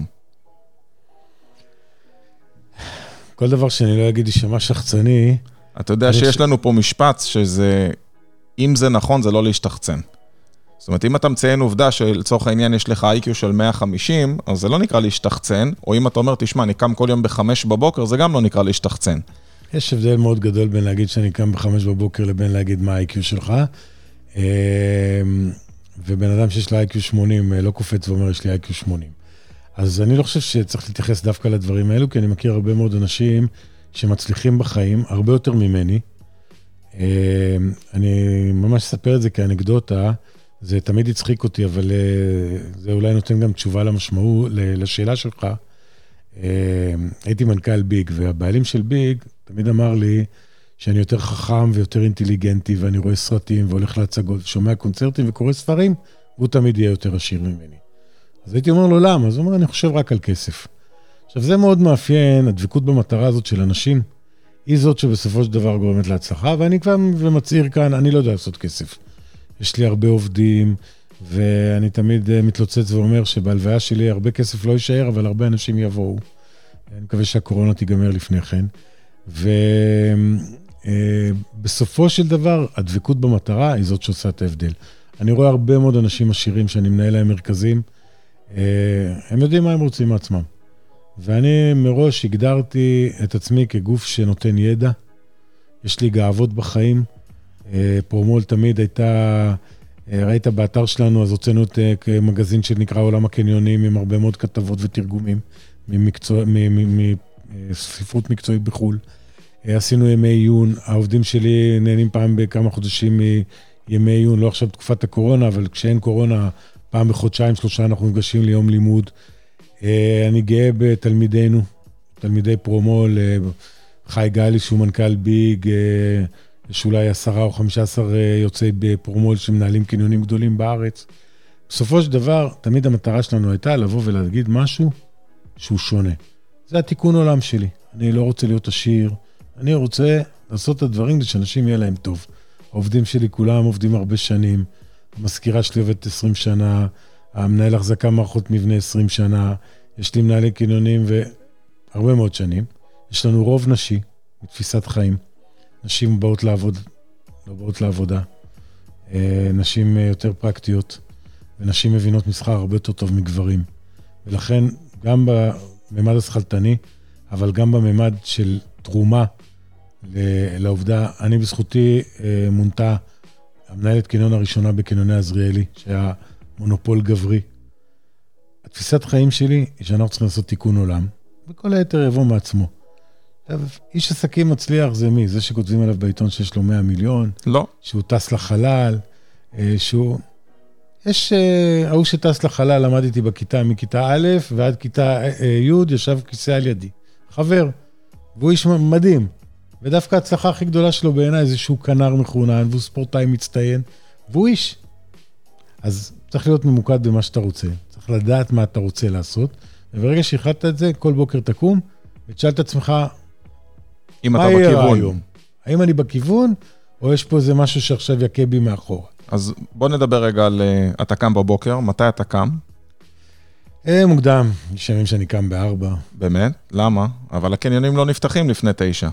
כל דבר שאני לא אגיד שמה שחצני... אתה יודע שיש ש... לנו פה משפט שזה, אם זה נכון, זה לא להשתחצן. זאת אומרת, אם אתה מציין עובדה שלצורך העניין יש לך איי קיו של מאה וחמישים, אז זה לא נקרא להשתחצן, או אם אתה אומר, תשמע, אני קם כל יום בחמש בבוקר, זה גם לא נקרא להשתחצן. יש הבדל מאוד גדול בין להגיד שאני קם בחמש בבוקר לבין להגיד מה ה-איי קיו שלך, ובן אדם שיש לה איי קיו שמונים לא קופץ ואומר, יש לי איי קיו שמונים. אז אני לא חושב שצריך להתייחס דווקא לדברים האלו, כי אני מכיר הרבה מאוד אנשים שמצליחים בחיים, הרבה יותר ממני. אני ממש אספר את זה כאנקדוטה, זה תמיד הצחיק אותי, אבל זה אולי נותן גם תשובה למשמעות, לשאלה שלך. הייתי מנכ"ל ביג, והבעלים של ביג תמיד אמר לי שאני יותר חכם ויותר אינטליגנטי, ואני רואה סרטים והולך להצגות, שומע קונצרטים וקורא ספרים, והוא תמיד יהיה יותר עשיר ממני. אז הייתי אומר לו, למה? אז הוא אומר, אני חושב רק על כסף. עכשיו, זה מאוד מאפיין, הדבקות במטרה הזאת של אנשים, היא זאת שבסופו של דבר גורמת להצלחה, ואני כבר מצעיר כאן, אני לא יודע לעשות כסף. יש לי הרבה עובדים, ואני תמיד מתלוצץ ואומר שבהלוויה שלי הרבה כסף לא יישאר, אבל הרבה אנשים יבואו. אני מקווה שהקורונה תיגמר לפני כן. ובסופו של דבר, הדבקות במטרה היא זאת שעושה את ההבדל. אני רואה הרבה מאוד אנשים עשירים שאני מנהל להם מרכזים, הם יודעים מה הם רוצים מעצמם. ואני מראש הגדרתי את עצמי כגוף שנותן ידע. יש לי גאוות בחיים. פרומול תמיד הייתה, ראית באתר שלנו, אז הוצאנו את מגזין שנקרא עולם הקניונים, עם הרבה מאוד כתבות ותרגומים, ממקצוע, מספרות מקצועית בחול. עשינו ימי עיון, העובדים שלי נהנים פעם בכמה חודשים מימי עיון, לא עכשיו תקופת הקורונה, אבל כשאין קורונה, פעם בחודשיים, שלושה אנחנו נפגשים ליום לימוד. אני גאה בתלמידינו, תלמידי פרומול, חי גלי שהוא מנכ"ל ביג, יש אולי עשרה או חמישה עשר יוצאי בפרומול שמנהלים קניונים גדולים בארץ. בסופו של דבר, תמיד המטרה שלנו הייתה לבוא ולהגיד משהו שהוא שונה. זה התיקון עולם שלי. אני לא רוצה להיות עשיר, אני רוצה לעשות את הדברים כדי שאנשים יהיה להם טוב. העובדים שלי כולם עובדים הרבה שנים, המזכירה שלי עובדת עשרים שנה, המנהל החזקה מערכות מבנה עשרים שנה, יש לי מנהלי קניונים והרבה מאוד שנים. יש לנו רוב נשי, מתפיסת חיים. נשים באות לעבוד, לא באות לעבודה. נשים יותר פרקטיות, ונשים מבינות מסחר הרבה יותר טוב מגברים. ולכן, גם בממד השכלתני, אבל גם בממד של תרומה לעובדה, אני בזכותי מונתה המנהלת קניון הראשונה בקניוני עזריאלי, שהיה מונופול גברי. התפיסת חיים שלי היא שאנחנו צריכים לעשות תיקון עולם, וכל היתר יבוא מעצמו. איש עסקים מצליח זה מי? זה שכותבים עליו בעיתון שיש לו מאה מיליון? לא. שהוא טס לחלל, שהוא... יש... ההוא שטס לחלל, למדתי בכיתה, מכיתה א' ועד כיתה י', ישב כיסא על ידי. חבר. והוא איש מדהים. ודווקא ההצלחה הכי גדולה שלו בעיניי זה שהוא כנר מחונן, והוא ספורטאי מצטיין, והוא איש. אז צריך להיות ממוקד במה שאתה רוצה. צריך לדעת מה אתה רוצה לעשות. וברגע שהחלטת את זה, כל בוקר תקום, ותשאל את עצמך, אם אתה בכיוון. היום? האם אני בכיוון, או יש פה איזה משהו שעכשיו יקה בי מאחורה? אז בוא נדבר רגע על, אתה קם בבוקר, מתי אתה קם? מוקדם, יש ימים שאני קם בארבע. באמת? למה? אבל הקניונים לא נפתחים לפני תשע.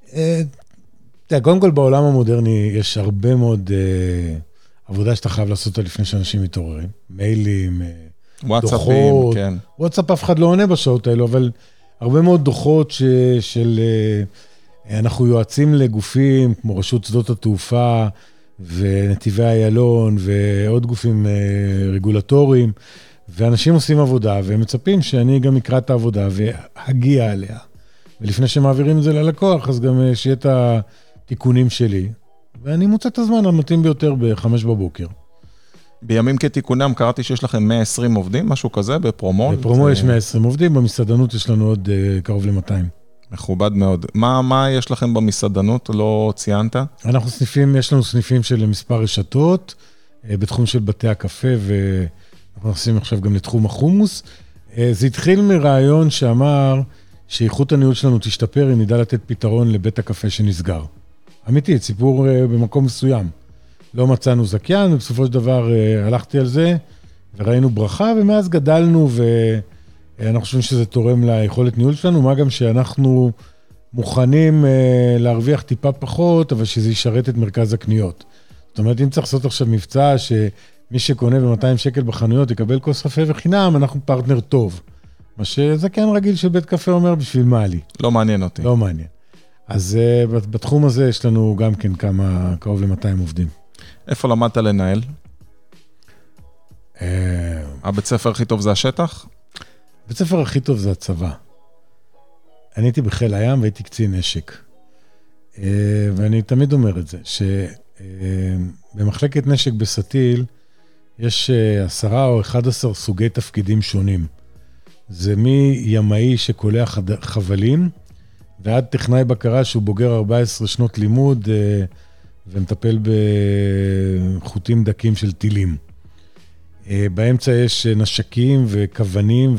תראה, קודם כל בעולם המודרני יש הרבה מאוד עבודה שאתה חייב לעשות אותה לפני שאנשים מתעוררים. מיילים, דוחות. כן. וואטסאפ אף אחד לא עונה בשעות האלו, אבל הרבה מאוד דוחות ש, של... אנחנו יועצים לגופים כמו רשות שדות התעופה ונתיבי איילון ועוד גופים רגולטוריים, ואנשים עושים עבודה והם מצפים שאני גם אקרא את העבודה והגיע עליה. ולפני שמעבירים את זה ללקוח, אז גם שיהיה את התיקונים שלי. ואני מוצא את הזמן המתאים ביותר בחמש בבוקר. בימים כתיקונם קראתי שיש לכם מאה ועשרים עובדים, משהו כזה, בפרומו. בפרומו יש מאה ועשרים עובדים, במסעדנות יש לנו עוד קרוב ל-מאתיים. מכובד מאוד. מה, מה יש לכם במסעדנות? לא ציינת? אנחנו סניפים, יש לנו סניפים של מספר רשתות, בתחום של בתי הקפה, ואנחנו נכנסים עכשיו גם לתחום החומוס. זה התחיל מרעיון שאמר שאיכות הניהול שלנו תשתפר, אם נדע לתת פתרון לבית הקפה שנסגר. אמיתי, סיפור במקום מסוים. לא מצאנו זכיין, ובסופו של דבר הלכתי על זה, וראינו ברכה, ומאז גדלנו, ואנחנו חושבים שזה תורם ליכולת ניהול שלנו, מה גם שאנחנו מוכנים להרוויח טיפה פחות, אבל שזה ישרת את מרכז הקניות. זאת אומרת, אם צריך לעשות עכשיו מבצע, שמי שקונה ב-מאתיים שקל בחנויות יקבל כוס קפה וחינם, אנחנו פרטנר טוב. מה שזכיין רגיל של בית קפה אומר, בשביל מה לי? לא מעניין אותי. לא מעניין. אז בתחום הזה יש לנו גם כן כמה, קרוב ל-מאתיים עובדים. איפה למדת לנהל? הבית ספר הכי טוב זה השטח? הבית ספר הכי טוב זה הצבא. אני הייתי בחיל הים והייתי קצין נשק. ואני תמיד אומר את זה, שבמחלקת נשק בסטיל יש עשרה או אחד עשר סוגי תפקידים שונים. זה מימאי שקולע חבלים, ועד טכנאי בקרה שהוא בוגר ארבע עשרה שנות לימוד, ומטפל בחוטים דקים של טילים. באמצע יש נשקים וכוונים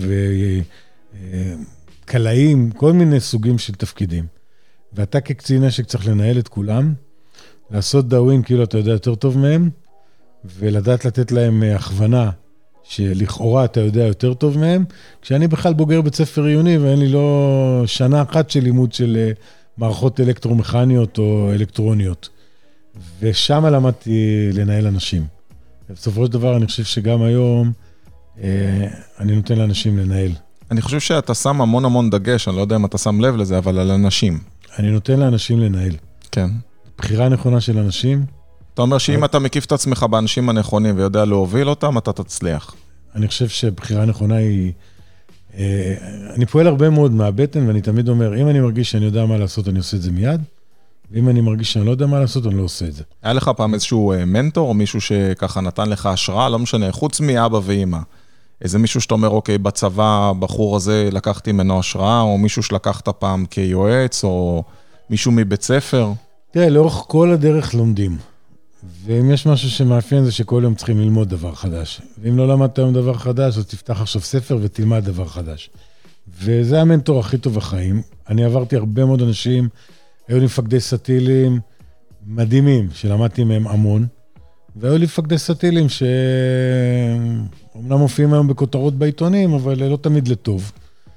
וקלעים, כל מיני סוגים של תפקידים. ואתה כקצין נשק צריך לנהל את כולם, לעשות דאווין כאילו אתה יודע יותר טוב מהם, ולדעת לתת להם הכוונה שלכאורה אתה יודע יותר טוב מהם, כשאני בכלל בוגר בית ספר עיוני, ואין לי לא שנה אחת של לימוד של מערכות אלקטרומכניות או אלקטרוניות. ושם למדתי לנהל אנשים. ובסופו של דבר אני חושב שגם היום אה, אני נותן לאנשים לנהל. אני חושב שאתה שם המון המון דגש, אני לא יודע אם אתה שם לב לזה, אבל על אנשים. אני נותן לאנשים לנהל. כן. בחירה נכונה של אנשים. אתה אומר שאם אתה מקיף את עצמך באנשים הנכונים ויודע להוביל אותם, אתה תצליח. אני חושב שבחירה נכונה היא... אה, אני פועל הרבה מאוד מהבטן, ואני תמיד אומר, אם אני מרגיש שאני יודע מה לעשות, אני עושה את זה מיד. ואם אני מרגיש שאני לא יודע מה לעשות, אני לא עושה את זה. היה לך פעם איזשהו מנטור, או מישהו שככה נתן לך השראה, לא משנה, חוץ מאבא ואמא. איזה מישהו שאתה אומר, אוקיי, בצבא, בחור הזה לקחתי ממנו השראה, או מישהו שלקחת פעם כיועץ, או מישהו מבית ספר? תראה, לאורך כל הדרך לומדים. ואם יש משהו שמאפיין זה שכל יום צריכים ללמוד דבר חדש. ואם לא למדת היום דבר חדש, אז תפתח עכשיו ספר ותלמד דבר חדש. וזה המנטור הכי טוב בחיים. אני עברתי הרבה מאוד אנשים, היו לי מפקדי סטילים מדהימים, שלמדתי מהם המון, והיו לי מפקדי סטילים שאומנם מופיעים היום בכותרות בעיתונים, אבל לא תמיד לטוב.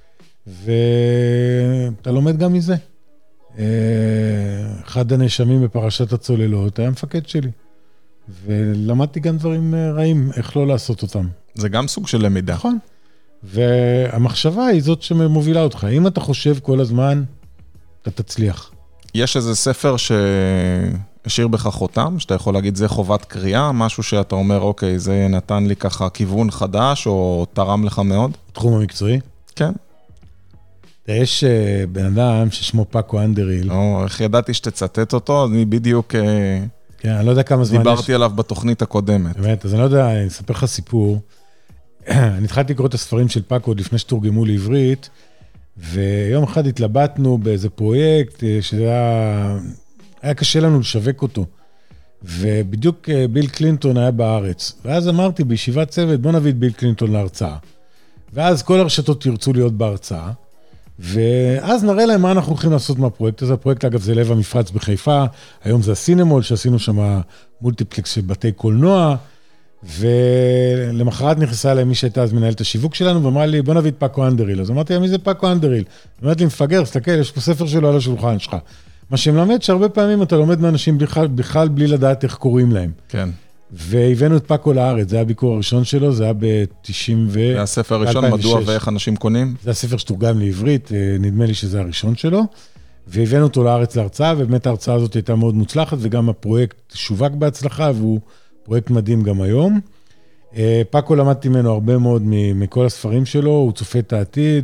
ואתה לומד גם מזה. אחד הנאשמים בפרשת הצוללות היה מפקד שלי, ולמדתי גם דברים רעים, איך לא לעשות אותם. זה גם סוג של למידה. נכון. והמחשבה היא זאת שמובילה אותך. אם אתה חושב כל הזמן, אתה תצליח. יש איזה ספר שהשאיר בך חותם, שאתה יכול להגיד זה חובת קריאה, משהו שאתה אומר, אוקיי, זה נתן לי ככה כיוון חדש, או תרם לך מאוד? תחום המקצועי? כן. יש בן אדם ששמו פאקו אנדריל. או, איך ידעתי שתצטט אותו, אני בדיוק כן, אני לא יודע כמה זמן דיברתי עליו בתוכנית הקודמת. באמת, אז אני לא יודע, אני אספר לך סיפור. אני התחלתי לקרוא את הספרים של פאקו עוד לפני שתורגמו לעברית, ויום אחד התלבטנו באיזה פרויקט שזה היה, היה קשה לנו לשווק אותו. ובדיוק ביל קלינטון היה בארץ. ואז אמרתי בישיבת צוות, בוא נביא את ביל קלינטון להרצאה. ואז כל הרשתות ירצו להיות בהרצאה. ואז נראה להם מה אנחנו הולכים לעשות מהפרויקט הזה. הפרויקט, אגב, זה לב המפרץ בחיפה. היום זה הסינמול, שעשינו שם מולטיפלקס של בתי קולנוע. ולמחרת נכנסה אליי מי שהייתה אז מנהלת השיווק שלנו, ואמרה לי, בוא נביא את פאקו אנדריל. אז אמרתי, מי זה פאקו אנדריל? אמרתי לי, מפגר, סתכל, יש פה ספר שלו על השולחן שלך. מה שמלמד שהרבה פעמים אתה לומד מאנשים בכלל, בכלל בלי לדעת איך קוראים להם. כן. והבאנו את פאקו לארץ, זה היה הביקור הראשון שלו, זה היה ב-תשעים ו... זה הספר הראשון, מדוע ואיך אנשים קונים? זה הספר שתורגם לעברית, נדמה לי שזה הראשון שלו, והבאנו אותו לארץ להרצאה, ובאמת ההרצאה הזאת הייתה מאוד מוצלחת, וגם הפרויקט שווק בהצלחה, והוא פרויקט מדהים גם היום. פאקו למדתי ממנו הרבה מאוד מכל הספרים שלו, הוא צופה את העתיד,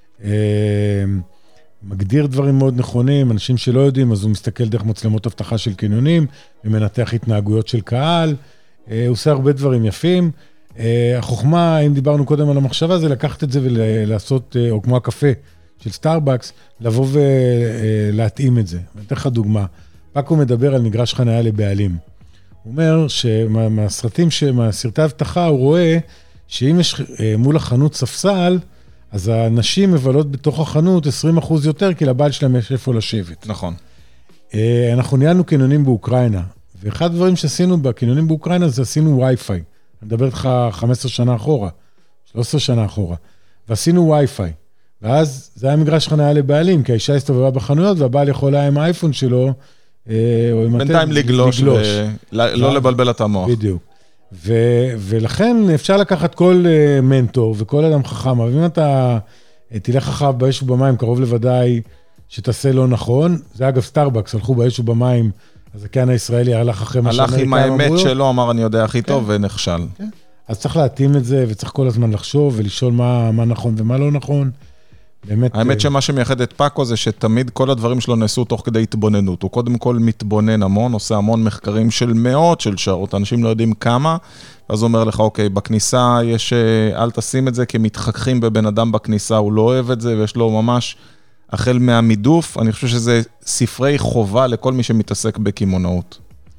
מגדיר דברים מאוד נכונים, אנשים שלא יודעים, אז הוא מסתכל דרך מצלמות הבטחה של קניונים, ומנתח התנהגויות של קהל, הוא עושה הרבה דברים יפים. החוכמה, אם דיברנו קודם על המחשבה, זה לקחת את זה ולעשות, או כמו הקפה של סטארבקס, לבוא ולהתאים את זה. אני אתן לך דוגמה, פאקו מדבר על מגרש חניה לבעלים. הוא אומר שמהסרטים, מהסרטי הבטחה, הוא רואה שאם יש מול החנות ספסל, אז הנשים מבלות בתוך החנות עשרים אחוז יותר, כי לבעל שלהם יש איפה לשבת. נכון. אנחנו ניהלנו קניונים באוקראינה, ואחד הדברים שעשינו בקניונים באוקראינה, זה עשינו וי-פיי. אני מדבר איתך חמש עשרה שנה אחורה, שלוש עשרה שנה אחורה, ועשינו וי-פיי. ואז זה היה מגרש חניה לבעלים, כי האישה הסתובבה בחנויות, והבעל יכול היה עם האייפון שלו, בינתיים לגלוש, לא לבלבל את המוח. בדיוק. ולכן אפשר לקחת כל מנטור וכל אדם חכם, אבל אם אתה תלך אחריו באש ובמים, קרוב לוודאי שתעשה לא נכון, זה אגב סטארבקס, הלכו באש ובמים, אז הקן הישראלי הלך אחרי מה שאמריקאים אמרו. הלך עם האמת שלו, אמר אני יודע הכי טוב ונכשל. אז צריך להתאים את זה, וצריך כל הזמן לחשוב ולשאול מה נכון ומה לא נכון. האמת שמה שמייחד את פאקו זה שתמיד כל הדברים שלו נעשו תוך כדי התבוננות. הוא קודם כל מתבונן המון, עושה המון מחקרים של מאות של שעות, אנשים לא יודעים כמה, אז הוא אומר לך, אוקיי, בכניסה יש, אל תשים את זה, כי מתחככים בבן אדם בכניסה, הוא לא אוהב את זה, ויש לו ממש, החל מהמידוף, אני חושב שזה ספרי חובה לכל מי שמתעסק בקימונאות.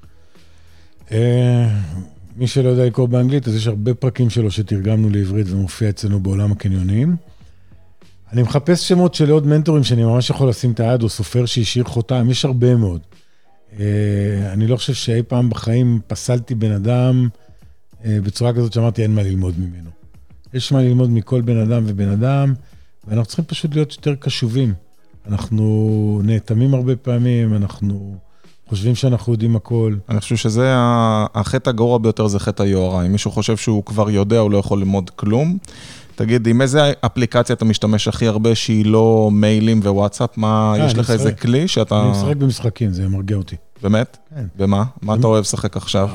מי שלא יודע לקרוא באנגלית, אז יש הרבה פרקים שלו שתרגמנו לעברית ומופיע אצלנו בעולם הקניונים. אני מחפש שמות של עוד מנטורים שאני ממש יכול לשים את היד, או סופר שהשאיר חותם, יש הרבה מאוד. אני לא חושב שאי פעם בחיים פסלתי בן אדם בצורה כזאת שאמרתי, אין מה ללמוד ממנו. יש מה ללמוד מכל בן אדם ובן אדם, ואנחנו צריכים פשוט להיות יותר קשובים. אנחנו נאטמים הרבה פעמים, אנחנו חושבים שאנחנו יודעים הכל. אני חושב שזה החטא הגרוע ביותר, זה חטא היוהרה. אם מישהו חושב שהוא כבר יודע, הוא לא יכול ללמוד כלום. תגיד, עם איזה אפליקציה אתה משתמש הכי הרבה שהיא לא מיילים ווואטסאפ? מה, יש לך איזה כלי שאתה... אני משחק במשחקים, זה מרגיע אותי. באמת? כן. ומה? מה אתה אוהב לשחק עכשיו?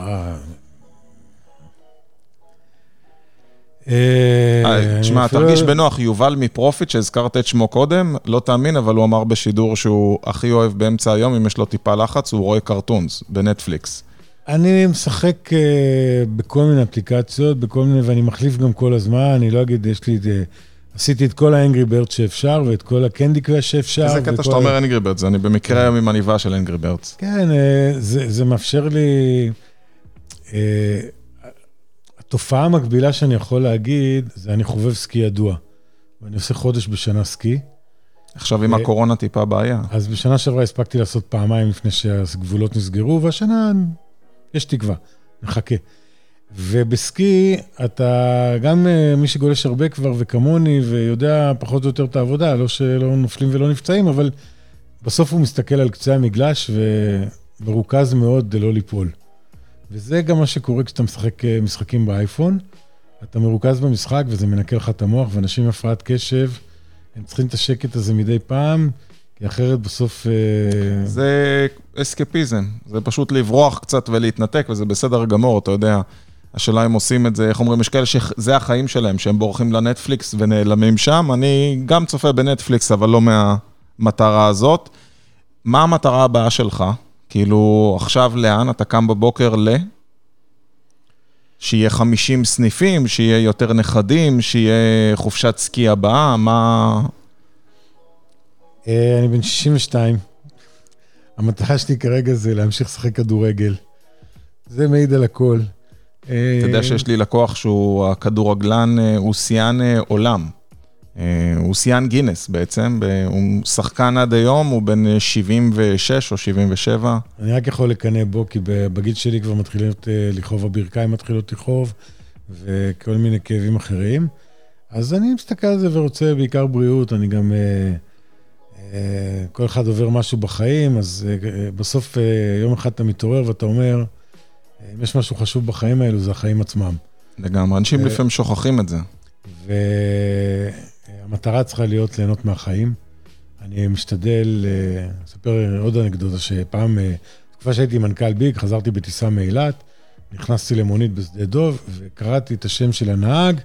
תשמע, תרגיש בנוח, יובל מפרופיט שהזכרת את שמו קודם, לא תאמין, אבל הוא אמר בשידור שהוא הכי אוהב באמצע היום, אם יש לו טיפה לחץ, הוא רואה קרטונס בנטפליקס. אני משחק בכל מיני אפליקציות, בכל מיני, ואני מחליף גם כל הזמן, אני לא אגיד, יש לי, עשיתי את כל האנגרי בירדס שאפשר, ואת כל הקנדי קראש שאפשר. איזה קטע שאתה אומר אנגרי בירדס, אני במקרה היום עם עניבה של אנגרי בירדס. כן, זה מאפשר לי, התופעה המקבילה שאני יכול להגיד, זה אני חובב סקי ידוע, ואני עושה חודש בשנה סקי. עכשיו עם הקורונה טיפה בעיה. אז בשנה שעברה הספקתי לעשות פעמיים לפני שהגבולות נסגרו, והשנה יש תקווה, נחכה. ובסקי, אתה גם מי שגולש הרבה כבר וכמוני, ויודע פחות או יותר את העבודה, לא שלא נופלים ולא נפצעים, אבל בסוף הוא מסתכל על קצה המגלש, ומרוכז מאוד לא ליפול. וזה גם מה שקורה כשאתה משחק משחקים באייפון, אתה מרוכז במשחק, וזה מנקה לך את המוח, ואנשים עם הפרעת קשב, הם צריכים את השקט הזה מדי פעם, כי אחרת בסוף... זה אסקפיזם, זה פשוט לברוח קצת ולהתנתק, וזה בסדר גמור, אתה יודע. השאלה אם עושים את זה, איך אומרים, יש כאלה שזה החיים שלהם, שהם בורחים לנטפליקס ונעלמים שם, אני גם צופה בנטפליקס, אבל לא מהמטרה הזאת. מה המטרה הבאה שלך? כאילו, עכשיו לאן אתה קם בבוקר ל... שיהיה חמישים סניפים, שיהיה יותר נכדים, שיהיה חופשת סקי הבאה, מה... אני בן שישים ושתיים. המטרה שלי כרגע זה להמשיך לשחק כדורגל. זה מעיד על הכל. אתה יודע שיש לי לקוח שהוא הכדורגלן, הוא שיאן עולם. הוא שיאן גינס בעצם, הוא שחקן עד היום, הוא בן שבעים ושש או שבעים ושבע. אני רק יכול לקנא בו, כי בגיל שלי כבר מתחילות לחוב הברכיים, מתחילות לחוב, וכל מיני כאבים אחרים. אז אני מסתכל על זה ורוצה בעיקר בריאות, אני גם... כל אחד עובר משהו בחיים, אז בסוף יום אחד אתה מתעורר ואתה אומר, אם יש משהו חשוב בחיים האלו, זה החיים עצמם. לגמרי, אנשים לפעמים שוכחים את זה. והמטרה צריכה להיות ליהנות מהחיים. אני משתדל, אספר עוד אנקדוטה, שפעם, תקופה שהייתי מנכ"ל ביג, חזרתי בטיסה מאילת, נכנסתי למונית בשדה דוב, וקראתי את השם של הנהג,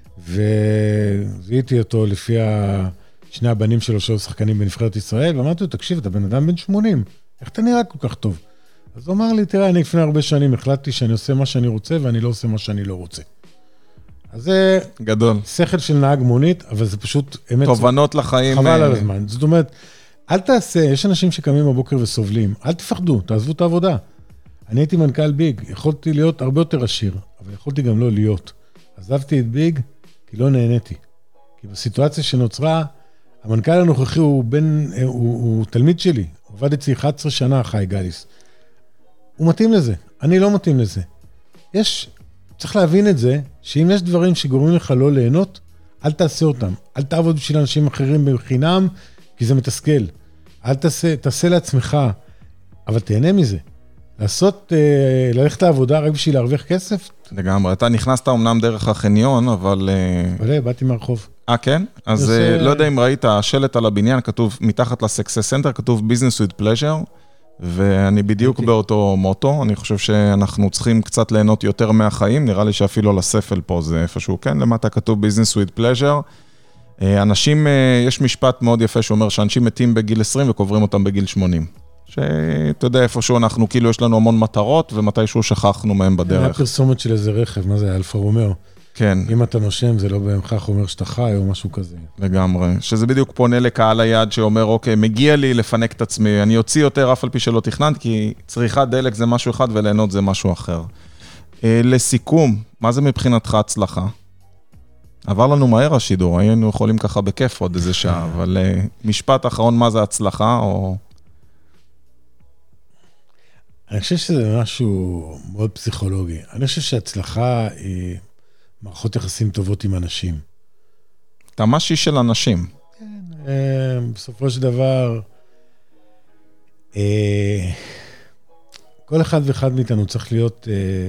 וזיהיתי אותו לפי שני הבנים שלו שהיו שחקנים בנבחרת ישראל, ואמרתי לו, תקשיב, אתה בן אדם בן שמונים, איך אתה נראה כל כך טוב? אז הוא אמר לי, תראה, אני לפני הרבה שנים החלטתי שאני עושה מה שאני רוצה, ואני לא עושה מה שאני לא רוצה. אז זה... גדול. שכל של נהג מונית, אבל זה פשוט... תובנות לחיים. חבל על הזמן. זאת אומרת, אל תעשה, יש אנשים שקמים בבוקר וסובלים, אל תפחדו, תעזבו את העבודה. אני הייתי מנכ"ל ביג, יכולתי להיות הרבה יותר עשיר, אבל יכולתי גם לא להיות. עזבתי את ביג, כי לא נהניתי. כי בסיטואציה שנוצרה, המנכ"ל הנוכחי הוא בן, הוא, הוא תלמיד שלי, הוא עבד אצלי אחת עשרה שנה, חי גליס. הוא מתאים לזה, אני לא מתאים לזה. יש, צריך להבין את זה, שאם יש דברים שגורמים לך לא ליהנות, אל תעשה אותם. אל תעבוד בשביל אנשים אחרים בחינם, כי זה מתסכל. אל תעשה, תעשה לעצמך, אבל תהנה מזה. לעשות, ללכת לעבודה רק בשביל להרוויח כסף? לגמרי, אתה נכנסת אומנם דרך החניון, אבל... אבל באתי מהרחוב. אה, כן? אז לא יודע אם ראית, השלט על הבניין כתוב, מתחת לסקסס סנטר, כתוב Business with Pleasure, ואני בדיוק באותו מוטו, אני חושב שאנחנו צריכים קצת ליהנות יותר מהחיים, נראה לי שאפילו לספל פה זה איפשהו, כן? למטה כתוב Business with Pleasure. אנשים, יש משפט מאוד יפה שאומר שאנשים מתים בגיל עשרים וקוברים אותם בגיל שמונים. שאתה יודע איפשהו אנחנו, כאילו יש לנו המון מטרות, ומתישהו שכחנו מהם בדרך. היה פרסומת של איזה רכב, מה זה? אלפה רומאו. כן. אם אתה נושם, זה לא בהכרח אומר שאתה חי או משהו כזה. לגמרי. שזה בדיוק פונה לקהל היד שאומר, אוקיי, מגיע לי לפנק את עצמי, אני אוציא יותר אף על פי שלא תכננת, כי צריכת דלק זה משהו אחד וליהנות זה משהו אחר. לסיכום, מה זה מבחינתך הצלחה? עבר לנו מהר השידור, היינו יכולים ככה בכיף עוד איזה שעה, אבל משפט אחרון, מה זה הצלחה או... אני חושב שזה משהו מאוד פסיכולוגי. אני חושב שהצלחה היא מערכות יחסים טובות עם אנשים. אתה משהו של אנשים. כן, בסופו של דבר, כל אחד ואחד מאיתנו צריך להיות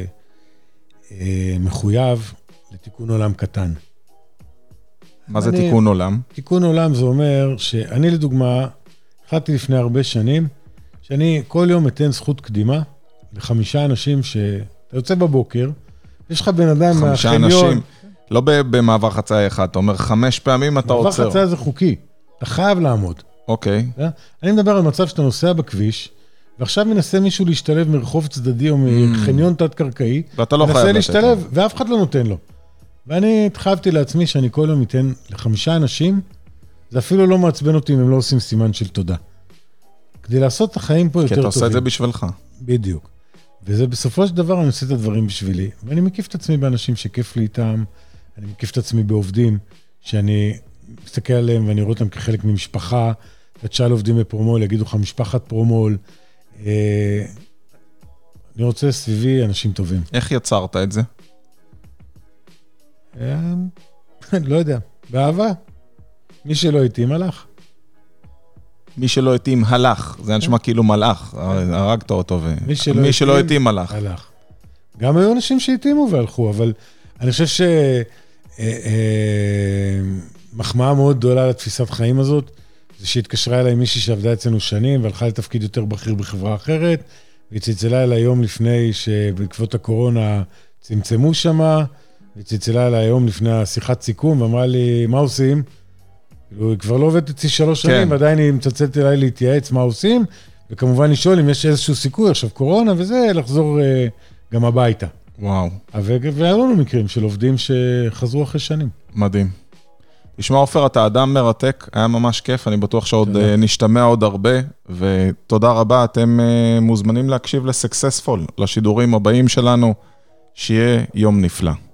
מחויב לתיקון עולם קטן. מה זה תיקון עולם? תיקון עולם זה אומר שאני לדוגמה, החלטתי לפני הרבה שנים, שאני כל יום אתן זכות קדימה לחמישה אנשים שאתה יוצא בבוקר, יש לך בן אדם מהחניון. חמישה אנשים, לא במעבר חצאי אחד, אתה אומר חמש פעמים אתה עוצר. מעבר חצאי זה חוקי, אתה חייב לעמוד. אוקיי. אני מדבר על מצב שאתה נוסע בכביש, ועכשיו מנסה מישהו להשתלב מרחוב צדדי או מחניון תת-קרקעי, ואתה לא חייב לתת לו. מנסה להשתלב, ואף אחד לא נותן לו. ואני התחייבתי לעצמי שאני כל יום אתן לחמישה אנשים, זה אפילו לא מעצבן אותי אם הם לא עושים סימן של תודה. כדי לעשות את החיים פה יותר טובים. כי אתה עושה את זה בשבילך. בדיוק. וזה בסופו של דבר אני עושה את הדברים בשבילי, ואני מקיף את עצמי באנשים שכיף לי איתם, אני מקיף את עצמי בעובדים, שאני מסתכל עליהם ואני רואה אותם כחלק ממשפחה, תשאל עובדים בפרומול, יגידו לך משפחת פרומול, אני רוצה סביבי אנשים טובים. איך יצרת את זה? לא יודע, באהבה. מי שלא התאים הלך. מי שלא התאים הלך, זה נשמע כאילו מלאך, הרגת אותו, ומי שלא התאים הלך. הלך. גם היו אנשים שהתאימו והלכו, אבל אני חושב שמחמאה מאוד גדולה לתפיסת חיים הזאת, זה שהתקשרה אליי מישהי שעבדה אצלנו שנים, והלכה לתפקיד יותר בכיר בחברה אחרת, והצלצלה אליי יום לפני שבעקבות הקורונה צמצמו שמה, וצלצלה אליי היום לפני השיחת סיכום, ואמרה לי, מה עושים? היא כבר לא עובדת אצלי שלוש שנים, ועדיין היא מצלצלת אליי להתייעץ מה עושים, וכמובן לשאול אם יש איזשהו סיכוי, עכשיו קורונה וזה, לחזור גם הביתה. וואו. והיה לנו מקרים של עובדים שחזרו אחרי שנים. מדהים. תשמע, עופר, אתה אדם מרתק, היה ממש כיף, אני בטוח שעוד נשתמע עוד הרבה, ותודה רבה, אתם מוזמנים להקשיב לסקסספול, לשידורים הבאים שלנו, שיהיה יום נפלא.